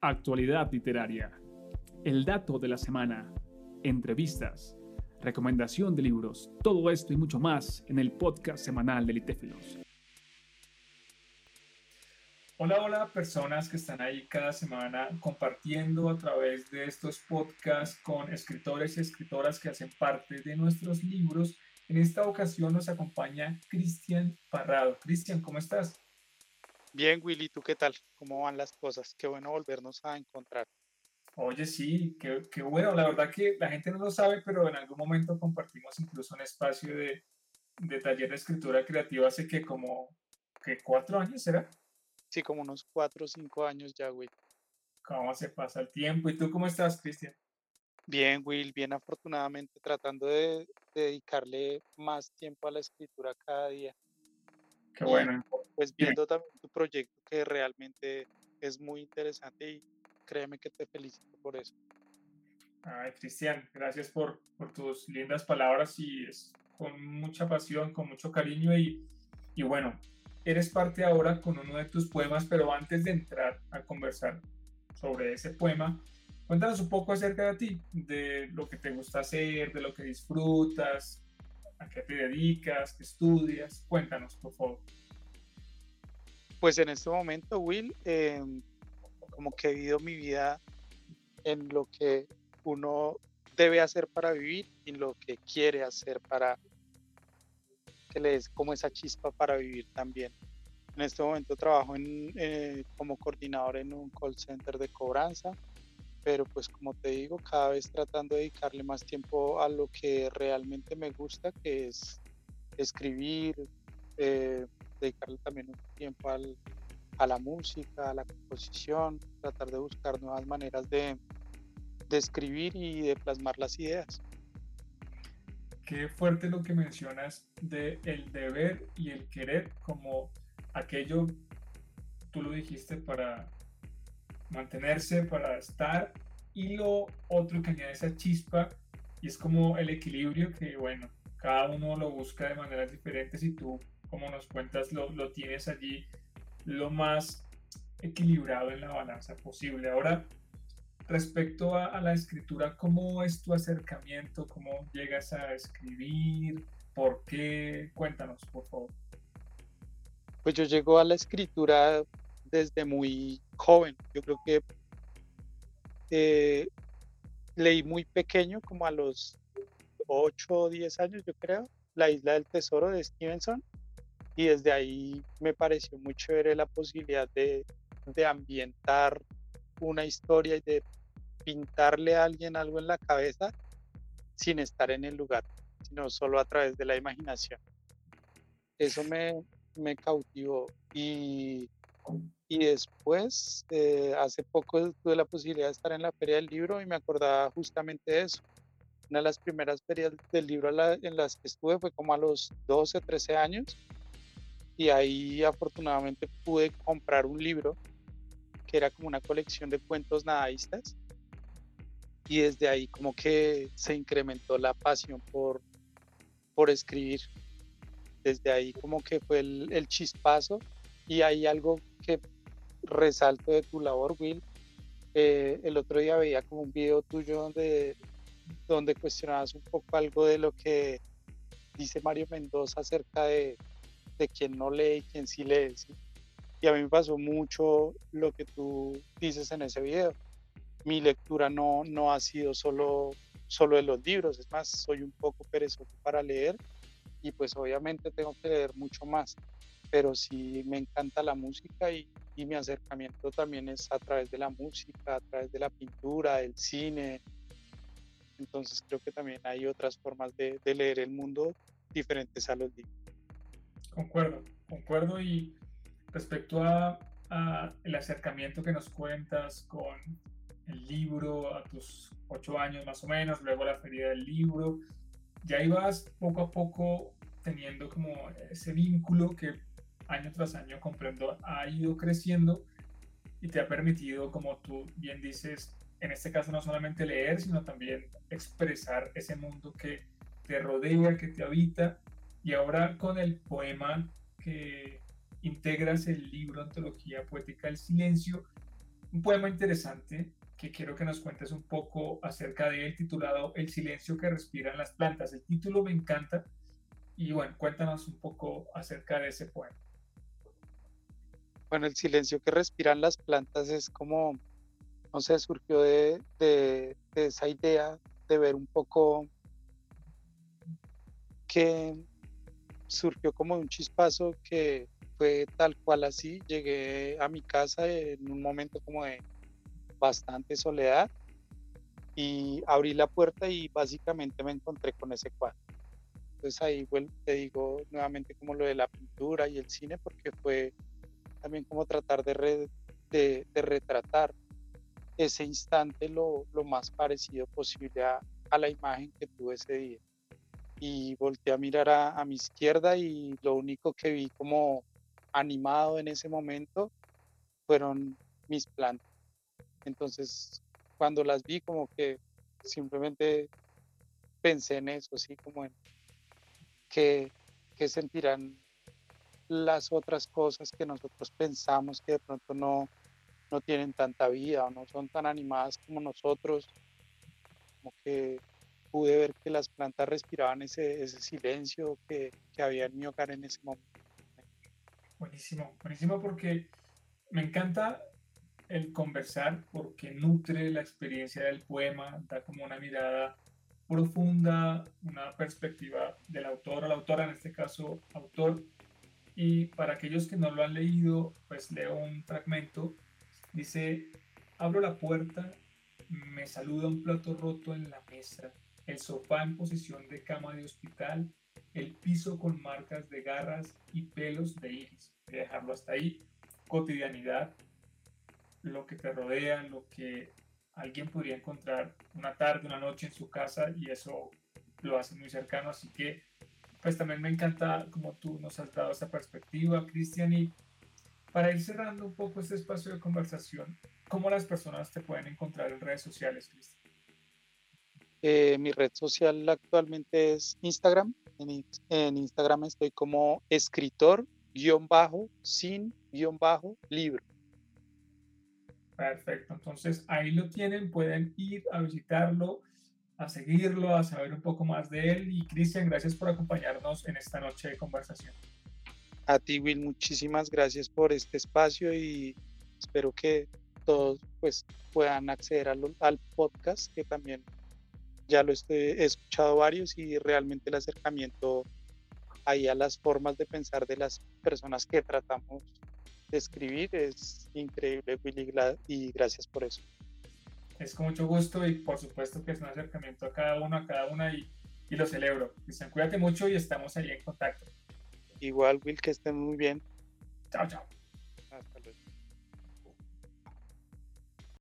actualidad literaria, el dato de la semana, entrevistas, recomendación de libros, todo esto y mucho más en el podcast semanal de Litéfilos. Hola, hola, personas que están ahí cada semana compartiendo a través de estos podcasts con escritores y escritoras que hacen parte de nuestros libros. En esta ocasión nos acompaña Cristian Parrado. Cristian, ¿cómo estás? Bien, Willy, ¿tú qué tal? ¿Cómo van las cosas? Qué bueno volvernos a encontrar. Oye, sí, qué bueno. La verdad que la gente no lo sabe, pero en algún momento compartimos incluso un espacio de taller de escritura creativa hace que como que 4 años, ¿será? Sí, como unos 4 o 5 años ya, Will. ¿Cómo se pasa el tiempo? ¿Y tú cómo estás, Cristian? Bien, Will, bien afortunadamente tratando de dedicarle más tiempo a la escritura cada día Qué y bueno. pues Dime. viendo también tu proyecto que realmente es muy interesante y créeme que te felicito por eso. Ay, Cristian, gracias por tus lindas palabras y es con mucha pasión, con mucho cariño y bueno, eres parte ahora con uno de tus poemas, pero antes de entrar a conversar sobre ese poema, cuéntanos un poco acerca de ti, de lo que te gusta hacer, de lo que disfrutas, a qué te dedicas, qué estudias. Cuéntanos, por favor. Pues en este momento, Will, como que he vivido mi vida en lo que uno debe hacer para vivir y lo que quiere hacer para que le des como esa chispa para vivir también. En este momento trabajo como coordinador en un call center de cobranza, pero pues como te digo, cada vez tratando de dedicarle más tiempo a lo que realmente me gusta, que es escribir, eh, dedicarle también un tiempo a la música, a la composición, tratar de buscar nuevas maneras de escribir y de plasmar las ideas. Qué fuerte lo que mencionas de el deber y el querer como aquello, tú lo dijiste, para mantenerse, para estar, y lo otro que añade esa chispa, y es como el equilibrio que, bueno, cada uno lo busca de maneras diferentes y tú, como nos cuentas, lo tienes allí lo más equilibrado en la balanza posible. Ahora, respecto a la escritura, ¿cómo es tu acercamiento? ¿Cómo llegas a escribir? ¿Por qué? Cuéntanos, por favor. Pues yo llego a la escritura desde muy joven. Yo creo que eh, leí muy pequeño, como a los 8 o 10 años, yo creo, La Isla del Tesoro de Stevenson, y desde ahí me pareció muy chévere la posibilidad de ambientar una historia y de pintarle a alguien algo en la cabeza sin estar en el lugar, sino solo a través de la imaginación. Eso me cautivó. Y después, hace poco tuve la posibilidad de estar en la Feria del Libro y me acordaba justamente de eso. Una de las primeras ferias del libro en las que estuve fue como a los 12, 13 años y ahí afortunadamente pude comprar un libro que era como una colección de cuentos nadaístas y desde ahí como que se incrementó la pasión por escribir. Desde ahí como que fue el chispazo y hay algo que resalto de tu labor, Will. El otro día veía como un video tuyo donde cuestionabas un poco algo de lo que dice Mario Mendoza acerca de quién no lee y quién sí lee, ¿sí? Y a mí me pasó mucho lo que tú dices en ese video. Mi lectura no ha sido solo de los libros, es más, soy un poco perezoso para leer y pues obviamente tengo que leer mucho más, pero sí me encanta la música y mi acercamiento también es a través de la música, a través de la pintura, del cine. Entonces creo que también hay otras formas de leer el mundo diferentes a los libros. Concuerdo y respecto a el acercamiento que nos cuentas con el libro a tus 8 años más o menos, luego la feria del libro, ya ibas poco a poco teniendo como ese vínculo que año tras año comprendo ha ido creciendo y te ha permitido, como tú bien dices, en este caso no solamente leer, sino también expresar ese mundo que te rodea, que te habita. Y ahora con el poema que integras el libro Antología Poética del Silencio, un poema interesante que quiero que nos cuentes un poco acerca de él, titulado El silencio que respiran las plantas. El título me encanta y bueno, cuéntanos un poco acerca de ese poema. Bueno, el silencio que respiran las plantas es como, no sé, surgió de esa idea de ver un poco que surgió como un chispazo que fue tal cual así. Llegué a mi casa en un momento como de bastante soledad y abrí la puerta y básicamente me encontré con ese cuadro. Entonces ahí te digo nuevamente como lo de la pintura y el cine, porque fue también como tratar de retratar ese instante lo más parecido posible a la imagen que tuve ese día. Y volteé a mirar a mi izquierda y lo único que vi como animado en ese momento fueron mis plantas. Entonces, cuando las vi, como que simplemente pensé en eso, así como en qué, qué sentirán las otras cosas que nosotros pensamos que de pronto no tienen tanta vida o no son tan animadas como nosotros, como que pude ver que las plantas respiraban ese silencio que había en mi hogar en ese momento. Buenísimo, buenísimo porque me encanta el conversar porque nutre la experiencia del poema, da como una mirada profunda, una perspectiva del autor o la autora, en este caso autor. Y para aquellos que no lo han leído, pues leo un fragmento. Dice, abro la puerta, me saluda un plato roto en la mesa, el sofá en posición de cama de hospital, el piso con marcas de garras y pelos de iris. Voy a dejarlo hasta ahí. Cotidianidad, lo que te rodea, lo que alguien podría encontrar una tarde, una noche en su casa y eso lo hace muy cercano. Así que pues también me encanta como tú nos has dado esa perspectiva, Cristian. Y para ir cerrando un poco este espacio de conversación, ¿cómo las personas te pueden encontrar en redes sociales, Cristian? Mi red social actualmente es Instagram. En Instagram estoy como escritor guión bajo sin guión bajo libro. Perfecto, entonces ahí lo tienen, pueden ir a visitarlo, a seguirlo, a saber un poco más de él. Y Cristian, gracias por acompañarnos en esta noche de conversación. A ti, Will, muchísimas gracias por este espacio y espero que todos pues puedan acceder al podcast, que también ya he escuchado varios y realmente el acercamiento ahí a las formas de pensar de las personas que tratamos de escribir es increíble, Will, y gracias por eso. Es con mucho gusto y por supuesto que es un acercamiento a cada uno, a cada una y lo celebro. Cristian, cuídate mucho y estamos ahí en contacto. Igual, Will, que estén muy bien. Chao, chao.